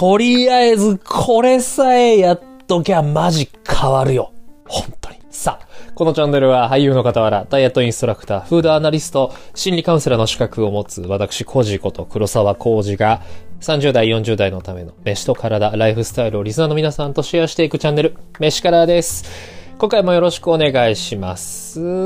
とりあえずこれさえやっときゃマジ変わるよ。本当に。さあ、このチャンネルは俳優の傍ら、ダイエットインストラクター、フードアナリスト、心理カウンセラーの資格を持つ私、コージーこと黒沢コージが、30代、40代のための飯と体、ライフスタイルをリスナーの皆さんとシェアしていくチャンネル、飯からです。今回もよろしくお願いします。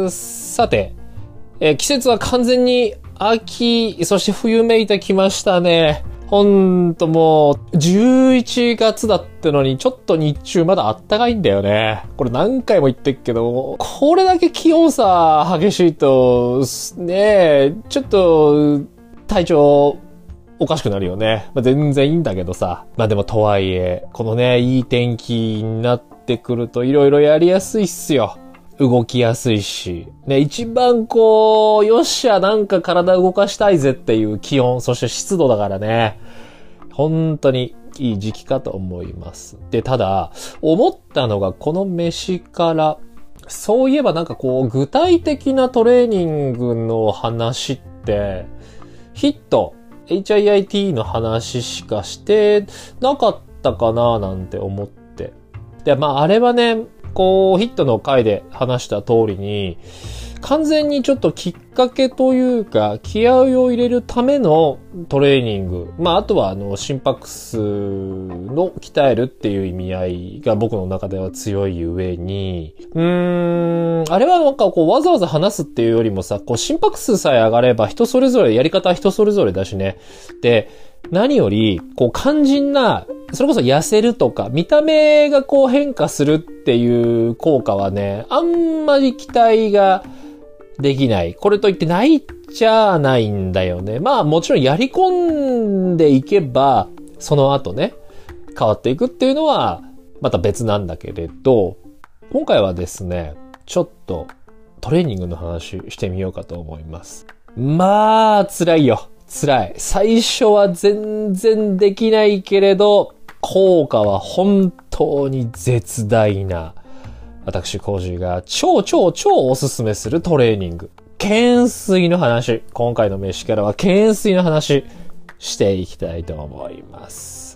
さて、季節は完全に秋、そして冬めいてきましたね。ほんともう、11月だってのに、ちょっと日中まだあったかいんだよね。これ何回も言ってっけど、これだけ気温差激しいと、ねちょっと、体調、おかしくなるよね。全然いいんだけどさ。でもとはいえ、このね、いい天気になってくるといろいろやりやすいっすよ。動きやすいし。ね、一番よっしゃ、なんか体動かしたいぜっていう気温、そして湿度だからね。本当にいい時期かと思います。で、ただ、思ったのがこの飯から、そういえばなんか具体的なトレーニングの話って、HIIT の話しかしてなかったかななんて思って。で、あれはね、ヒットの回で話した通りに、完全にちょっときっかけというか、気合を入れるためのトレーニング。あとは心拍数の鍛えるっていう意味合いが僕の中では強い上に、あれはなんかわざわざ話すっていうよりもさ、心拍数さえ上がれば人それぞれ、やり方は人それぞれだしね。で、何より、肝心な、それこそ痩せるとか、見た目が変化するっていう効果はね、あんまり期待ができない。これといってないっちゃないんだよね。もちろんやり込んでいけば、その後ね、変わっていくっていうのは、また別なんだけれど、今回はですね、ちょっとトレーニングの話してみようかと思います。辛いよ。辛い。最初は全然できないけれど、効果は本当に絶大な、私、コージーが超おすすめするトレーニング。懸垂の話。今回の飯からは懸垂の話していきたいと思います。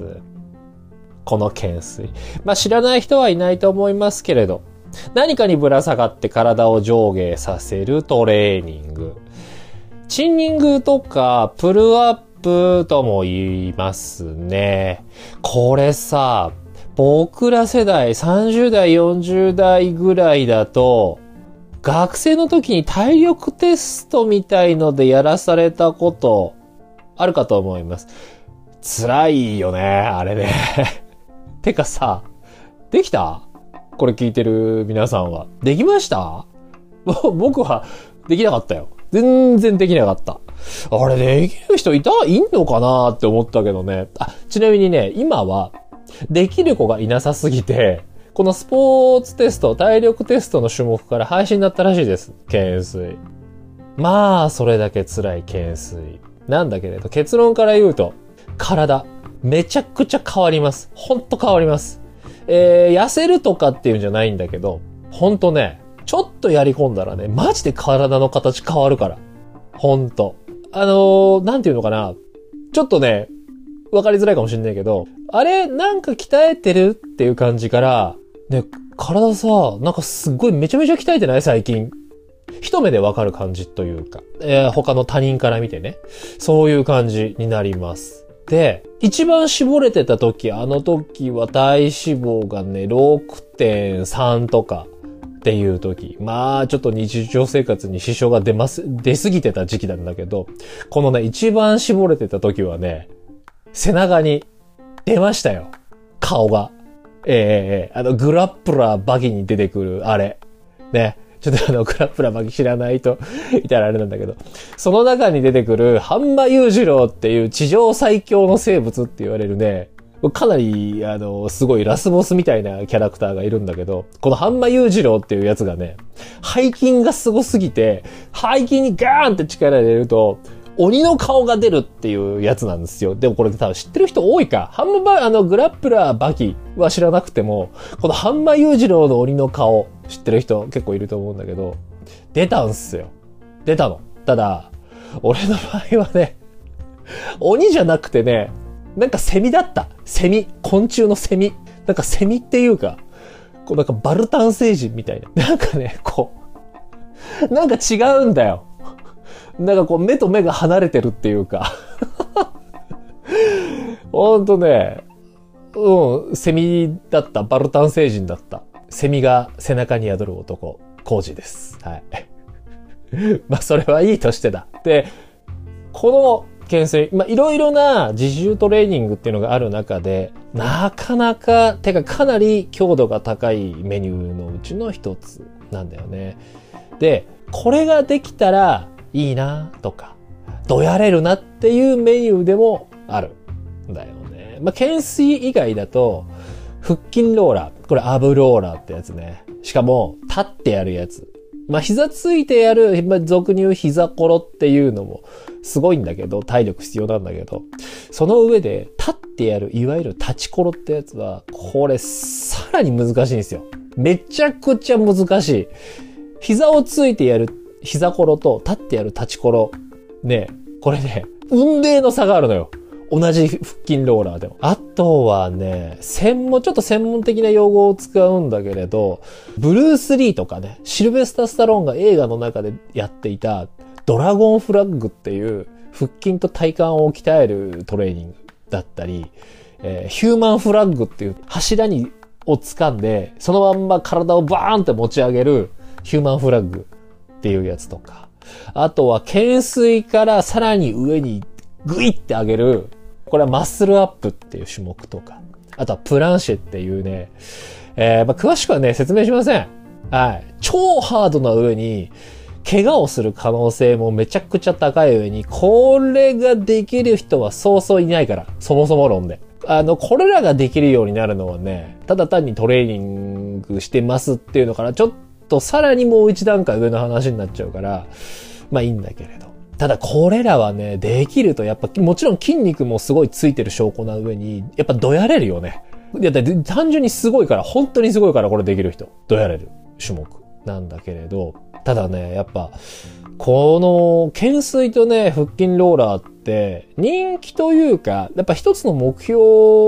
この懸垂。知らない人はいないと思いますけれど、何かにぶら下がって体を上下させるトレーニング。チンニングとかプルアップとも言いますね。これさ、僕ら世代30代40代ぐらいだと、学生の時に体力テストみたいのでやらされたことあるかと思います。辛いよね、あれね。てかさ、できた？これ聞いてる皆さんは。できました？僕はできなかったよ。全然できなかった。あれできる人いんのかなって思ったけどね。ちなみにね、今はできる子がいなさすぎて、このスポーツテスト、体力テストの種目から廃止になったらしいです。懸垂。それだけ辛い懸垂。なんだけれど、結論から言うと、体、めちゃくちゃ変わります。ほんと変わります。痩せるとかっていうんじゃないんだけど、ほんとね、ちょっとやり込んだらね、マジで体の形変わるから。ほんと。なんていうのかな。ちょっとね、わかりづらいかもしんないけど、あれ、なんか鍛えてるっていう感じから、ね、体さ、なんかすっごいめちゃめちゃ鍛えてない最近。一目でわかる感じというか、他の他人から見てね。そういう感じになります。で、一番絞れてた時、あの時は体脂肪がね、6.3 とか。っていう時。ちょっと日常生活に支障が出すぎてた時期なんだけど、このね、一番絞れてた時はね、背中に出ましたよ。顔が。グラップラーバキに出てくる、あれ。ね。ちょっとグラップラーバキ知らないといたらあれなんだけど、その中に出てくる、半馬裕次郎っていう地上最強の生物って言われるね、かなり、すごいラスボスみたいなキャラクターがいるんだけど、この半馬裕次郎っていうやつがね、背筋がすごすぎて、背筋にガーンって力入れると、鬼の顔が出るっていうやつなんですよ。でもこれ多分知ってる人多いか。グラップラーバキは知らなくても、この半馬裕次郎の鬼の顔、知ってる人結構いると思うんだけど、出たんすよ。出たの。ただ、俺の場合はね、鬼じゃなくてね、なんかセミだった。 昆虫のセミ。なんかセミっていうか、こうなんかバルタン星人みたいな。なんかね、こう、なんか違うんだよ。なんかこう目と目が離れてるっていうか。ほんとね、セミだった。バルタン星人だった。セミが背中に宿る男、コウジです。はい。まあそれはいいとしてだ。で、この懸垂、いろいろな自重トレーニングっていうのがある中で、なかなか、かなり強度が高いメニューのうちの一つなんだよね。で、これができたらいいなとか、どやれるなっていうメニューでもあるんだよね。懸垂以外だと、腹筋ローラー、これアブローラーってやつね。しかも、立ってやるやつ。膝ついてやる、俗に言う膝コロっていうのもすごいんだけど、体力必要なんだけど、その上で立ってやる、いわゆる立ちコロってやつは、これさらに難しいんですよ。めちゃくちゃ難しい。膝をついてやる膝コロと立ってやる立ちコロ。ね、これね、運命の差があるのよ。同じ腹筋ローラーでも。あとはね、ちょっと専門的な用語を使うんだけれど、ブルース・リーとかね、シルベスター・スタローンが映画の中でやっていたドラゴンフラッグっていう腹筋と体幹を鍛えるトレーニングだったり、ヒューマンフラッグっていう柱を掴んで、そのまんま体をバーンって持ち上げるヒューマンフラッグっていうやつとか、あとは懸垂からさらに上にグイって上げる、これはマッスルアップっていう種目とか、あとはプランシェっていうね、詳しくはね、説明しません。はい。超ハードな上に、怪我をする可能性もめちゃくちゃ高い上に、これができる人はそうそういないから、そもそも論で。これらができるようになるのはね、ただ単にトレーニングしてますっていうのから、ちょっとさらにもう一段階上の話になっちゃうから、いいんだけれど。ただこれらはね、できるとやっぱもちろん筋肉もすごいついてる証拠な上に、やっぱどやれるよね。いや、だって単純にすごいから、本当にすごいからこれできる人。どやれる種目なんだけれど、ただね、やっぱ、この懸垂とね、腹筋ローラーって人気というか、やっぱ一つの目標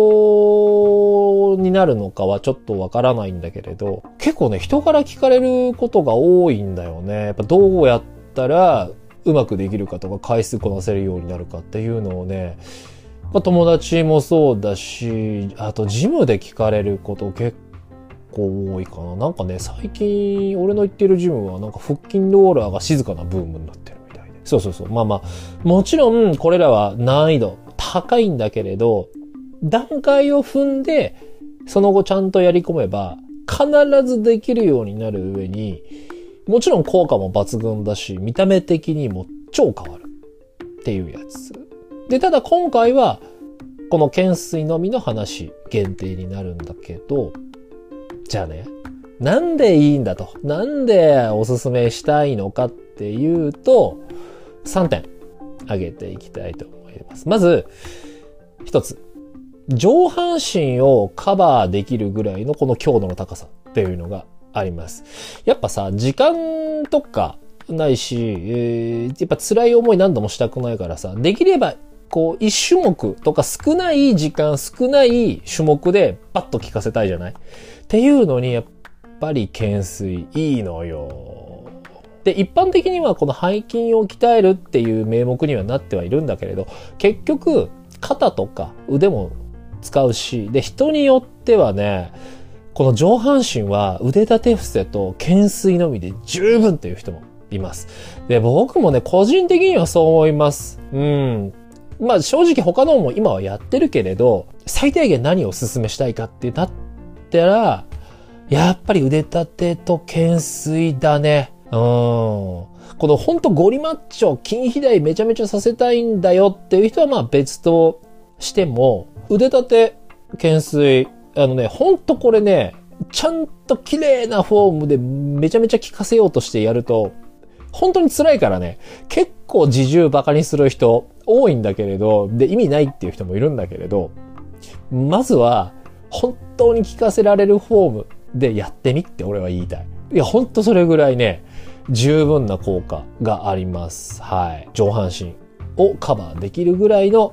になるのかはちょっとわからないんだけれど、結構ね、人から聞かれることが多いんだよね。やっぱどうやったらうまくできるかとか回数こなせるようになるかっていうのをね、友達もそうだし、あとジムで聞かれること結構多いかな。なんかね、最近俺の行ってるジムはなんか腹筋ローラーが静かなブームになってるみたいで。そう。もちろんこれらは難易度高いんだけれど、段階を踏んでその後ちゃんとやり込めば必ずできるようになる上に、もちろん効果も抜群だし、見た目的にも超変わるっていうやつ。で、ただ今回はこの懸垂のみの話限定になるんだけど、じゃあね、なんでいいんだと、なんでおすすめしたいのかっていうと、3点挙げていきたいと思います。まず、一つ。上半身をカバーできるぐらいのこの強度の高さっていうのがあります。やっぱさ、時間とかないし、やっぱ辛い思い何度もしたくないからさ、できればこう一種目とか少ない時間、少ない種目でパッと効かせたいじゃない？っていうのにやっぱり懸垂いいのよ。で、一般的にはこの背筋を鍛えるっていう名目にはなってはいるんだけれど、結局肩とか腕も使うし、で、人によってはね、この上半身は腕立て伏せと懸垂のみで十分っていう人もいます。で、僕もね、個人的にはそう思います。正直他のも今はやってるけれど、最低限何をお勧めしたいかってなったら、やっぱり腕立てと懸垂だね。このほんとゴリマッチョ、筋肥大めちゃめちゃさせたいんだよっていう人は別としても、腕立て、懸垂、ほんとこれね、ちゃんと綺麗なフォームでめちゃめちゃ効かせようとしてやると、本当に辛いからね、結構自重バカにする人多いんだけれど、で、意味ないっていう人もいるんだけれど、まずは、本当に効かせられるフォームでやってみって俺は言いたい。いや、ほんとそれぐらいね、十分な効果があります。はい。上半身をカバーできるぐらいの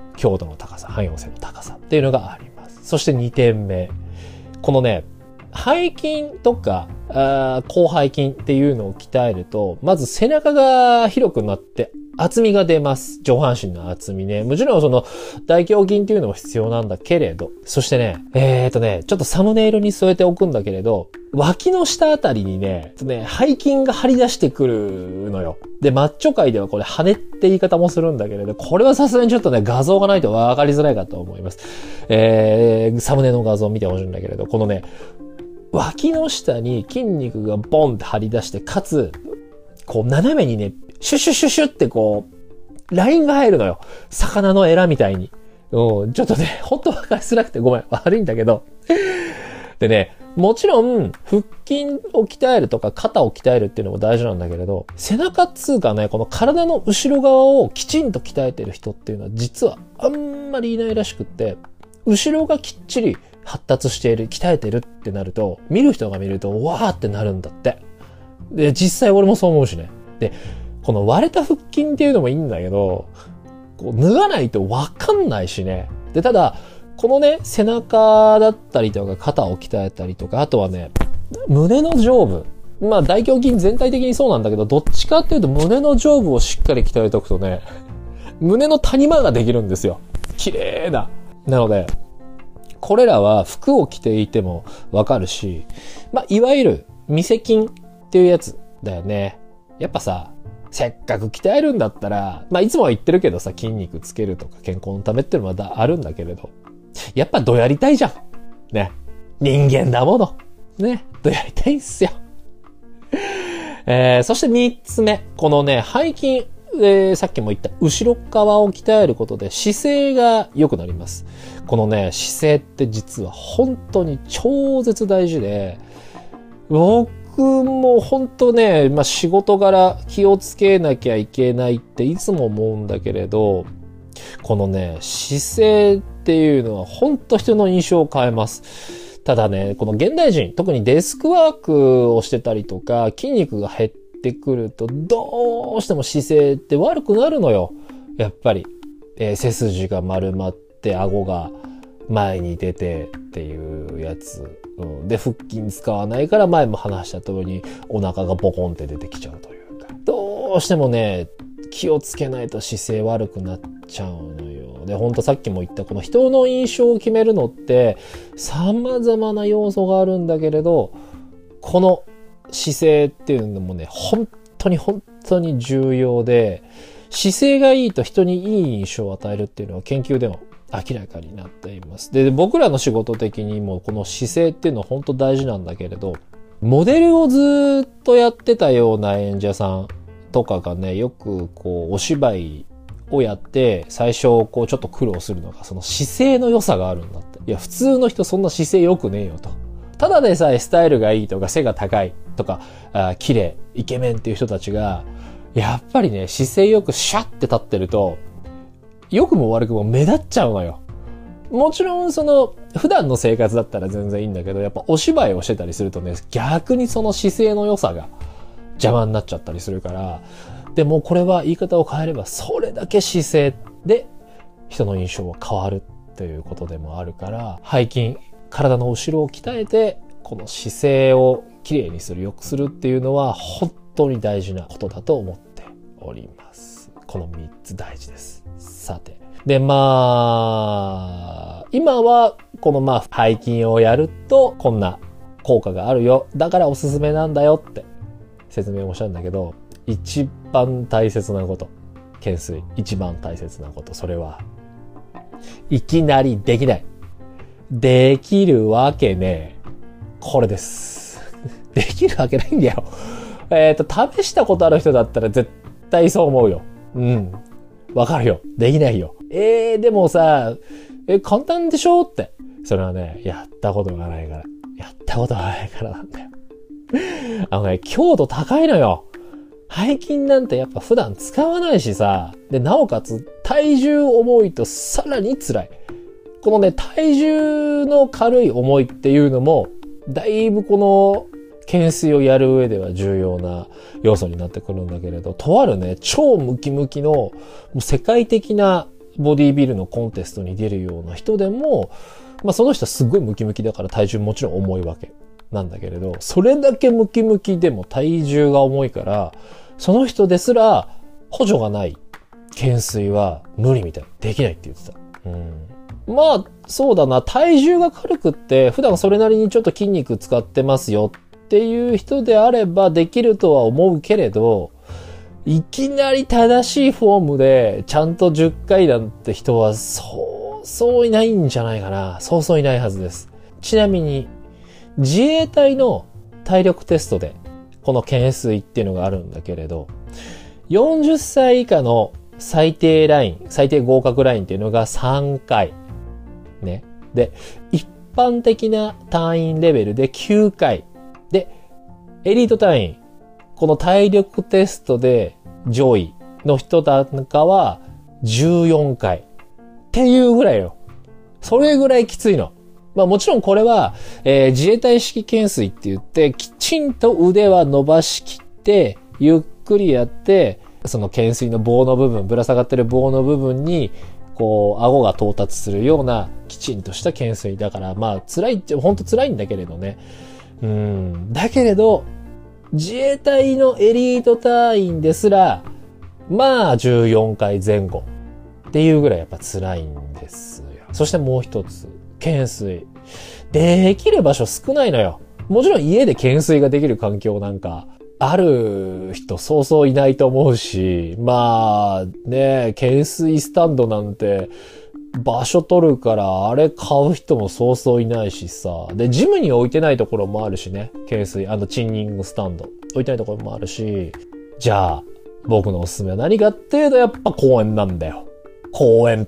強度の高さ、汎用性の高さっていうのがあります。そして2点目。このね、背筋とか、広背筋っていうのを鍛えると、まず背中が広くなって厚みが出ます。上半身の厚みね。もちろんその大胸筋っていうのも必要なんだけれど、そしてね、ちょっとサムネイルに添えておくんだけれど、脇の下あたりにね、背筋が張り出してくるのよ。で、マッチョ界ではこれ羽って言い方もするんだけれど、これはさすがにちょっとね、画像がないと分かりづらいかと思います。サムネの画像を見てほしいんだけれど、このね、脇の下に筋肉がボンって張り出して、かつ、こう斜めにね、シュシュシュシュってこう、ラインが入るのよ。魚のエラみたいに。ちょっとね、ほんと分かりづらくてごめん、悪いんだけど。でね、もちろん、腹筋を鍛えるとか肩を鍛えるっていうのも大事なんだけれど、背中っつうかね、この体の後ろ側をきちんと鍛えてる人っていうのは実はあんまりいないらしくって、後ろがきっちり発達している、鍛えてるってなると、見る人が見ると、わーってなるんだって。で、実際俺もそう思うしね。で、この割れた腹筋っていうのもいいんだけど、こう脱がないとわかんないしね。で、ただ、このね、背中だったりとか肩を鍛えたりとか、あとはね、胸の上部。まあ大胸筋全体的にそうなんだけど、どっちかっていうと胸の上部をしっかり鍛えておくとね、胸の谷間ができるんですよ。綺麗な。なので、これらは服を着ていてもわかるし、まあ、いわゆる見せ筋っていうやつだよね。やっぱさ、せっかく鍛えるんだったら、まあ、いつもは言ってるけどさ、筋肉つけるとか健康のためっていうのはまだあるんだけれど、やっぱどやりたいじゃん。ね。人間だもの。ね。どやりたいんすよ。そして3つ目。このね、背筋、さっきも言った後ろ側を鍛えることで姿勢が良くなります。このね、姿勢って実は本当に超絶大事で、僕も本当ね、まあ、仕事柄気をつけなきゃいけないっていつも思うんだけれど、このね、姿勢っていうのは本当人の印象を変えます。ただね、この現代人、特にデスクワークをしてたりとか、筋肉が減ってくると、どうしても姿勢って悪くなるのよ。やっぱり。背筋が丸まって、顎が前に出てっていうやつ。で、腹筋使わないから前も話した通り、お腹がボコンって出てきちゃうというか。どうしてもね、気をつけないと姿勢悪くなっちゃうのよ。で、ほんとさっきも言ったこの人の印象を決めるのって様々な要素があるんだけれど、この姿勢っていうのもね、本当に重要で、姿勢がいいと人にいい印象を与えるっていうのは研究でも明らかになっています。で、僕らの仕事的にもこの姿勢っていうのは本当大事なんだけれど、モデルをずっとやってたような演者さんとかがね、よくこうお芝居をやって最初こうちょっと苦労するのがその姿勢の良さがあるんだって。いや普通の人そんな姿勢良くねえよと。ただでさえスタイルがいいとか背が高いとか綺麗イケメンっていう人たちがやっぱりね姿勢よくシャッて立ってると良くも悪くも目立っちゃうのよ。もちろんその普段の生活だったら全然いいんだけどやっぱお芝居をしてたりするとね逆にその姿勢の良さが邪魔になっちゃったりするからでもこれは言い方を変えればそれだけ姿勢で人の印象は変わるということでもあるから背筋体の後ろを鍛えてこの姿勢をきれいにする良くするっていうのは本当に大事なことだと思っております。この3つ大事です。さてでまあ今はこの背筋をやるとこんな効果があるよだからおすすめなんだよって説明をしたんだけど一番大切なこと懸垂一番大切なことそれはいきなりできないできるわけねえこれですできるわけないんだよ試したことある人だったら絶対そう思うようんわかるよできないよでもさ簡単でしょってそれはねやったことがないからなんだよ強度高いのよ背筋なんてやっぱ普段使わないしさでなおかつ体重重いとさらに辛いこのね体重の軽い重いっていうのもだいぶこの懸垂をやる上では重要な要素になってくるんだけれどとあるね超ムキムキのもう世界的なボディービルのコンテストに出るような人でも、まあその人はすごいムキムキだから体重もちろん重いわけなんだけれど、それだけムキムキでも体重が重いから、その人ですら補助がない懸垂は無理みたい。できないって言ってた。まあ、そうだな。体重が軽くって、普段それなりにちょっと筋肉使ってますよっていう人であればできるとは思うけれど、いきなり正しいフォームでちゃんと10回なんて人はそういないんじゃないかな。そういないはずです。ちなみに、自衛隊の体力テストで、この懸垂っていうのがあるんだけれど、40歳以下の最低合格ラインっていうのが3回。ね。で、一般的な隊員レベルで9回。で、エリート隊員、この体力テストで上位の人なんかは14回。っていうぐらいよ。それぐらいきついの。まあもちろんこれは、自衛隊式懸垂って言って、きちんと腕は伸ばしきって、ゆっくりやって、その懸垂の棒の部分、ぶら下がってる棒の部分に、こう、顎が到達するような、きちんとした懸垂だから、まあ辛いっちゃ、ほんと辛いんだけれどね。だけれど、自衛隊のエリート隊員ですら、まあ14回前後っていうぐらいやっぱ辛いんですよ。そしてもう一つ、懸垂。できる場所少ないのよ。もちろん家で懸垂ができる環境なんか、ある人そうそういないと思うし、まあね、懸垂スタンドなんて場所取るからあれ買う人もそうそういないしさ。で、ジムに置いてないところもあるしね。懸垂、チンニングスタンド置いてないところもあるし。じゃあ、僕のおすすめは何かっていうとやっぱ公園なんだよ。公園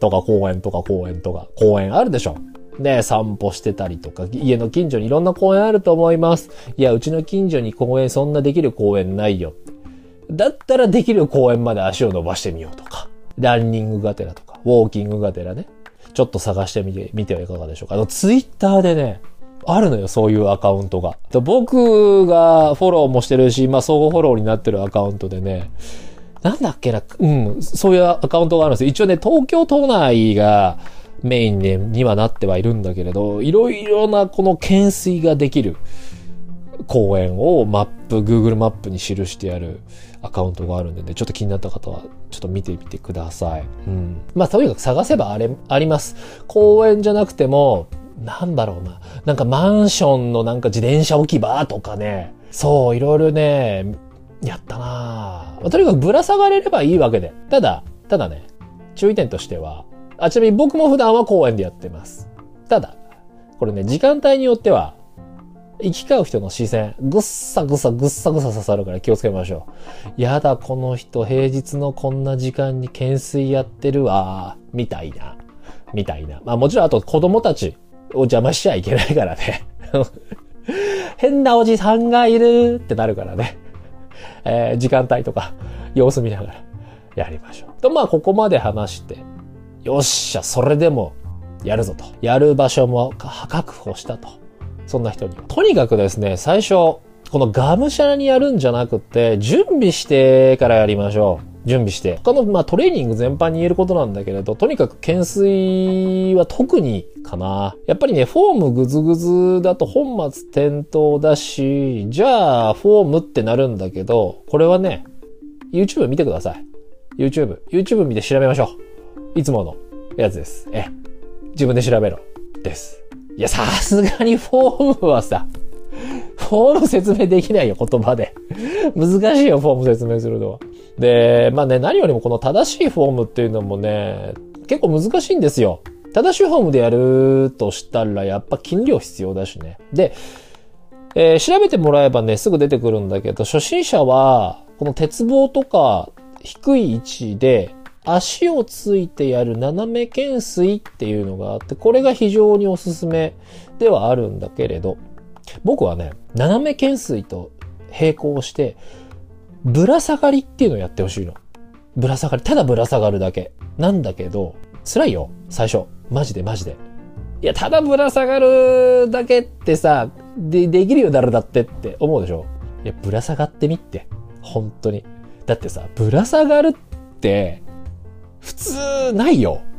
あるでしょ。ね、散歩してたりとか、家の近所にいろんな公園あると思います。いや、うちの近所に公園そんなできる公園ないよ。だったらできる公園まで足を伸ばしてみようとか、ランニングがてらとか、ウォーキングがてらね、ちょっと探してみてはいかがでしょうか。ツイッターでね、あるのよ、そういうアカウントが。僕がフォローもしてるし、まあ相互フォローになってるアカウントでね、なんだっけな、そういうアカウントがあるんですよ。一応ね、東京都内がメインにはなってはいるんだけれど、いろいろなこの懸垂ができる公園をGoogle マップに記してあるアカウントがあるんでね、ちょっと気になった方はちょっと見てみてください。まあとにかく探せばあります。公園じゃなくても、なんだろうな。なんかマンションのなんか自転車置き場とかね、そう、いろいろね、やったなぁ。とにかくぶら下がれればいいわけで。ただね、注意点としては、ちなみに僕も普段は公園でやってます。ただ、これね、時間帯によっては、行き交う人の視線、ぐっさ刺さるから気をつけましょう。やだ、この人、平日のこんな時間に懸垂やってるわ、みたいな。まあもちろん、あと子供たちを邪魔しちゃいけないからね。変なおじさんがいるってなるからね。時間帯とか、様子見ながらやりましょう。と、まあここまで話して、よっしゃ、それでもやるぞと。やる場所も確保したと。そんな人に。とにかくですね、最初、このがむしゃらにやるんじゃなくて、準備してからやりましょう。準備して。他の、トレーニング全般に言えることなんだけれど、とにかく懸垂は特にかな。やっぱりね、フォームグズグズだと本末転倒だし、じゃあ、フォームってなるんだけど、これはね、YouTube 見てください。YouTube 見て調べましょう。いつものやつです。自分で調べろ。です。いや、さすがにフォームはさ、フォーム説明できないよ、言葉で。難しいよ、フォーム説明するのは。で、まあね、何よりもこの正しいフォームっていうのもね、結構難しいんですよ。正しいフォームでやるとしたら、やっぱ筋量必要だしね。で、調べてもらえばね、すぐ出てくるんだけど、初心者は、この鉄棒とか、低い位置で、足をついてやる斜め懸垂っていうのがあって、これが非常におすすめではあるんだけれど、僕はね、斜め懸垂と並行して、ぶら下がりっていうのをやってほしいの。ぶら下がり、ただぶら下がるだけ。なんだけど、辛いよ、最初。マジで。いや、ただぶら下がるだけってさ、できるよ、誰だってって思うでしょ。いや、ぶら下がってみって。本当に。だってさ、ぶら下がるって、普通ないよ。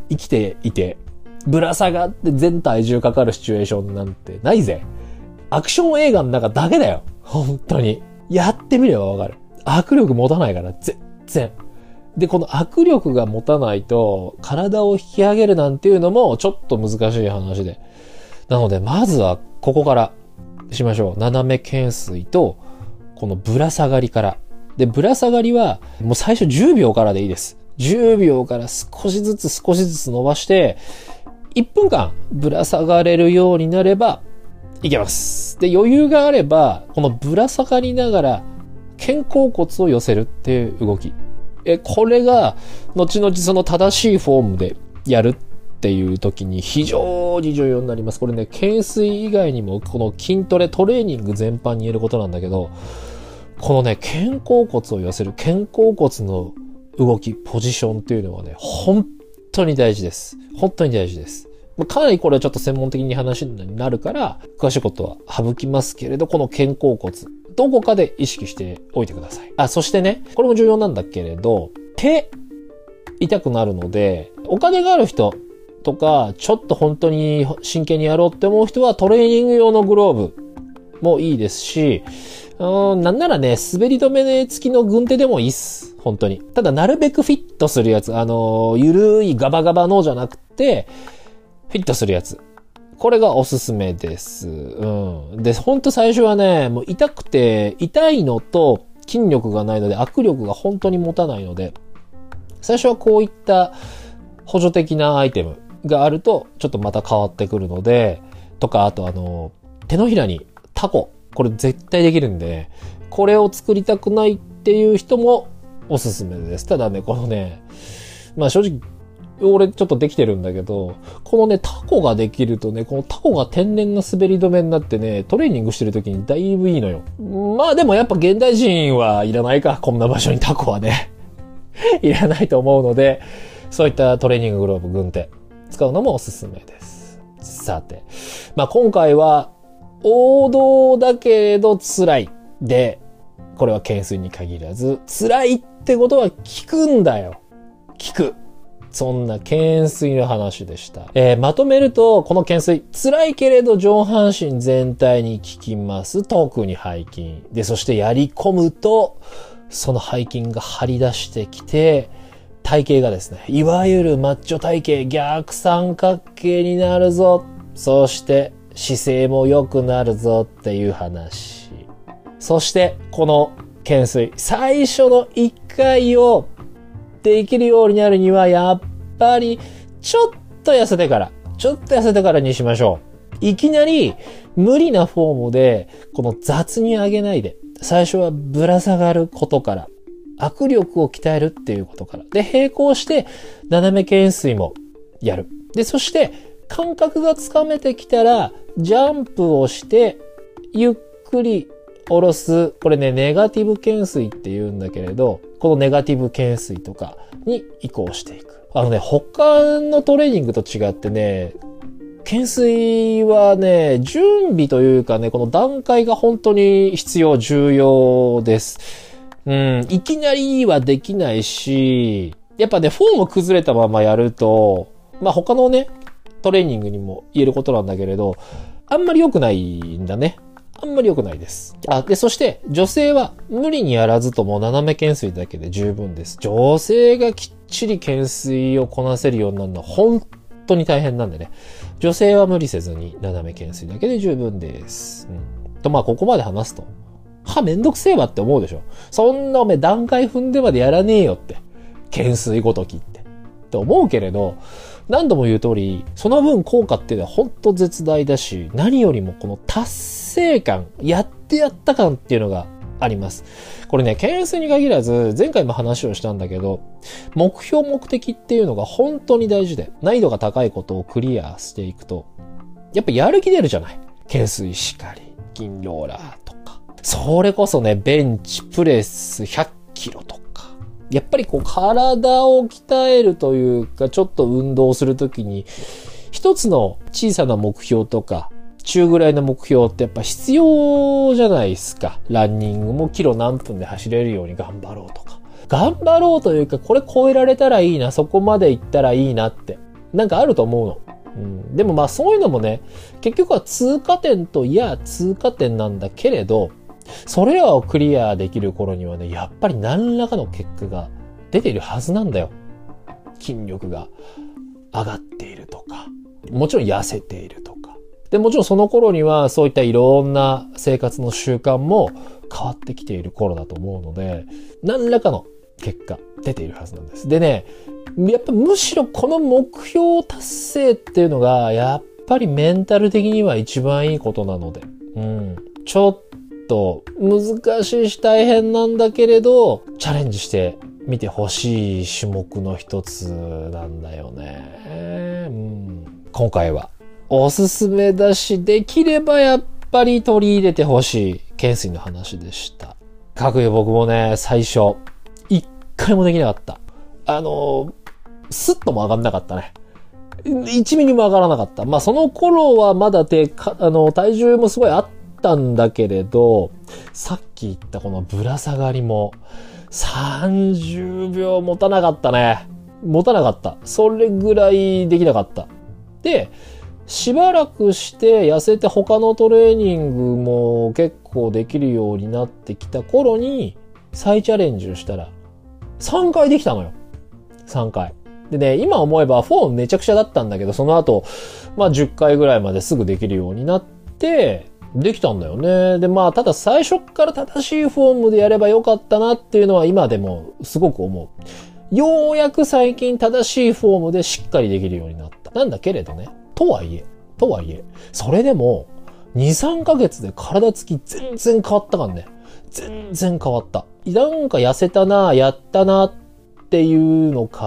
生きていて、ぶら下がって全体重かかるシチュエーションなんてないぜ。アクション映画の中だけだよ。本当に。やってみればわかる。握力持たないから、全然。で、この握力が持たないと、体を引き上げるなんていうのもちょっと難しい話で。なので、まずはここからしましょう。斜め懸垂と、このぶら下がりから。で、ぶら下がりは、もう最初10秒からでいいです。10秒から少しずつ伸ばして、1分間ぶら下がれるようになればいけます。で、余裕があれば、このぶら下がりながら肩甲骨を寄せるっていう動き。これが、後々その正しいフォームでやるっていう時に非常に重要になります。これね、懸垂以外にもこの筋トレ、トレーニング全般に言えることなんだけど、このね、肩甲骨を寄せる、肩甲骨の動き、ポジションっていうのはね、本当に大事です。本当に大事です。かなりこれはちょっと専門的に話になるから、詳しいことは省きますけれど、この肩甲骨、どこかで意識しておいてください。そしてね、これも重要なんだけれど、手、痛くなるので、お金がある人とか、ちょっと本当に真剣にやろうって思う人はトレーニング用のグローブもいいですし、なんならね、滑り止め付きの軍手でもいいっす。本当に。ただ、なるべくフィットするやつ。ゆるいガバガバのじゃなくて、フィットするやつ。これがおすすめです。で、ほんと最初はね、もう痛くて、痛いのと筋力がないので、握力が本当に持たないので、最初はこういった補助的なアイテムがあると、ちょっとまた変わってくるので、とか、あと手のひらにタコ。これ絶対できるんで、これを作りたくないっていう人もおすすめです。ただね、このね、まあ正直、俺ちょっとできてるんだけど、このね、タコができるとね、このタコが天然の滑り止めになってね、トレーニングしてる時にだいぶいいのよ。まあでもやっぱ現代人はいらないか、こんな場所にタコはね。いらないと思うので、そういったトレーニンググローブ、軍手、使うのもおすすめです。さて、まあ今回は、王道だけれど辛い。で、これは懸垂に限らず、辛いってことは効くんだよ。効く。そんな懸垂の話でした。まとめると、この懸垂、辛いけれど上半身全体に効きます。特に背筋。で、そしてやり込むと、その背筋が張り出してきて、体型がですね、いわゆるマッチョ体型、逆三角形になるぞ。そして、姿勢も良くなるぞっていう話。そして、この懸垂、最初の1回をできるようになるには、やっぱり、ちょっと痩せてからにしましょう。いきなり、無理なフォームで、この雑に上げないで、最初はぶら下がることから、握力を鍛えるっていうことから。で、並行して、斜め懸垂もやる。で、そして、感覚がつかめてきたら、ジャンプをして、ゆっくり下ろす。これね、ネガティブ懸垂って言うんだけれど、このネガティブ懸垂とかに移行していく。他のトレーニングと違ってね、懸垂はね、準備というかね、この段階が本当に重要です。いきなりはできないし、やっぱね、フォーム崩れたままやると、まあ他のね、トレーニングにも言えることなんだけれど、あんまり良くないんだね。あんまり良くないです。で、そして女性は無理にやらずとも斜め懸垂だけで十分です。女性がきっちり懸垂をこなせるようになるのは本当に大変なんでね。女性は無理せずに斜め懸垂だけで十分です。まあここまで話すと、めんどくせえわって思うでしょ。そんなおめ段階踏んでまでやらねえよって。懸垂ごときって。って思うけれど、何度も言う通り、その分効果っていうのは本当絶大だし、何よりもこの達成感、やってやった感っていうのがあります。これね、懸垂に限らず、前回も話をしたんだけど、目標目的っていうのが本当に大事で、難易度が高いことをクリアしていくと、やっぱやる気出るじゃない。懸垂しかり、筋ローラーとか。それこそね、ベンチプレス100キロとか。やっぱりこう体を鍛えるというか、ちょっと運動するときに、一つの小さな目標とか、中ぐらいの目標ってやっぱ必要じゃないですか。ランニングもキロ何分で走れるように頑張ろうとか。頑張ろうというか、これ超えられたらいいな、そこまで行ったらいいなってなんかあると思うの。でもまあそういうのもね、結局は通過点といや通過点なんだけれど、それらをクリアできる頃にはね、やっぱり何らかの結果が出ているはずなんだよ。筋力が上がっているとか、もちろん痩せているとか。で、もちろんその頃にはそういったいろんな生活の習慣も変わってきている頃だと思うので、何らかの結果出ているはずなんです。でね、やっぱむしろこの目標達成っていうのがやっぱりメンタル的には一番いいことなので、ちょっと難しいし大変なんだけれどチャレンジしてみてほしい種目の一つなんだよね。今回はおすすめだし、できればやっぱり取り入れてほしい懸垂の話でした。各有僕もね、最初一回もできなかった。スッとも上がんなかったね。1ミリも上がらなかった。まあその頃はまだ体重もすごいあったんだけれど、さっき言ったこのぶら下がりも30秒持たなかったね。持たなかった。それぐらいできなかった。で、しばらくして痩せて他のトレーニングも結構できるようになってきた頃に再チャレンジをしたら3回できたのよ。3回。でね、今思えばフォームめちゃくちゃだったんだけど、その後、まあ10回ぐらいまですぐできるようになって、できたんだよね。で、まあただ最初から正しいフォームでやればよかったなっていうのは今でもすごく思う。ようやく最近正しいフォームでしっかりできるようになった。なんだけれどね、とはいえ、それでも2、3ヶ月で体つき全然変わったからね。全然変わった。なんか痩せたな、やったなっていうのから、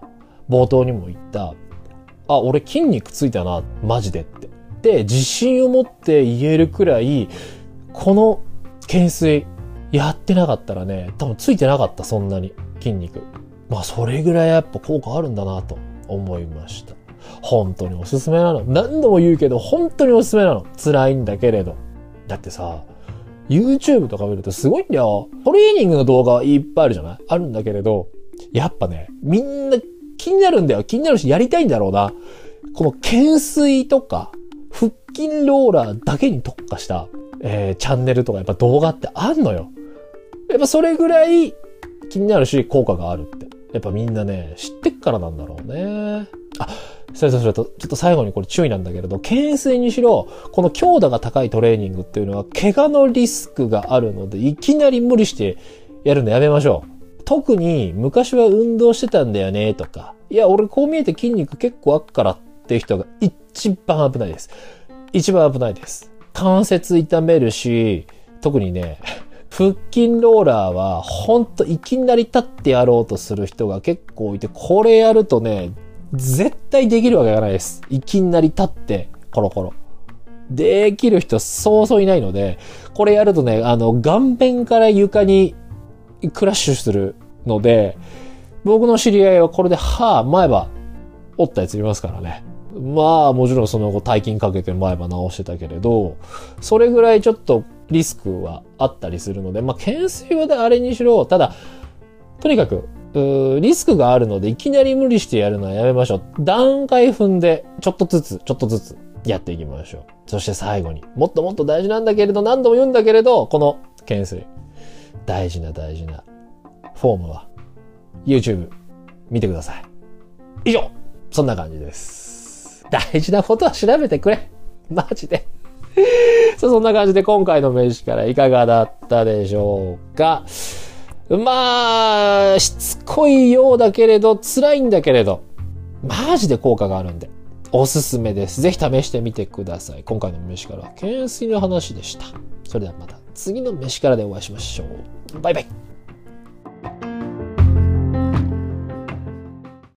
冒頭にも言った、俺筋肉ついたな、マジでって。で、自信を持って言えるくらい、この懸垂やってなかったらね、多分ついてなかった、そんなに筋肉。まあそれぐらいやっぱ効果あるんだなと思いました。本当におすすめなの。何度も言うけど本当におすすめなの。辛いんだけれど。だってさ、YouTube とか見るとすごいんだよ。トレーニングの動画いっぱいあるじゃない？あるんだけれど、やっぱね、みんな気になるんだよ。気になるしやりたいんだろうな。この懸垂とか腹筋ローラーだけに特化した、チャンネルとかやっぱ動画ってあんのよ。やっぱそれぐらい気になるし効果があるって。やっぱみんなね、知ってっからなんだろうね。それと、ちょっと最後にこれ注意なんだけれど、懸垂にしろ、この強度が高いトレーニングっていうのは、怪我のリスクがあるので、いきなり無理してやるのやめましょう。特に、昔は運動してたんだよね、とか、いや、俺こう見えて筋肉結構あっからっていう人が一番危ないです。一番危ないです。関節痛めるし、特にね、腹筋ローラーは、ほんといきなり立ってやろうとする人が結構いて、これやるとね、絶対できるわけがないです。いきなり立って、コロコロ。できる人そうそういないので、これやるとね、顔面から床にクラッシュするので、僕の知り合いはこれで前歯折ったやついますからね。まあもちろんその後大金かけて前歯直してたけれど、それぐらいちょっとリスクはあったりするので、まあ懸垂はであれにしろ、ただ、とにかく、リスクがあるのでいきなり無理してやるのはやめましょう。段階踏んでちょっとずつやっていきましょう。そして最後にもっともっと大事なんだけれど、何度も言うんだけれど、この懸垂大事なフォームは YouTube 見てください。以上、そんな感じです。大事なことは調べてくれ、マジで。そんな感じで今回の飯からいかがだったでしょうか。まあ、しつこいようだけれど、辛いんだけれど、マジで効果があるんで、おすすめです。ぜひ試してみてください。今回の飯からは懸垂の話でした。それではまた次の飯からでお会いしましょう。バイバイ。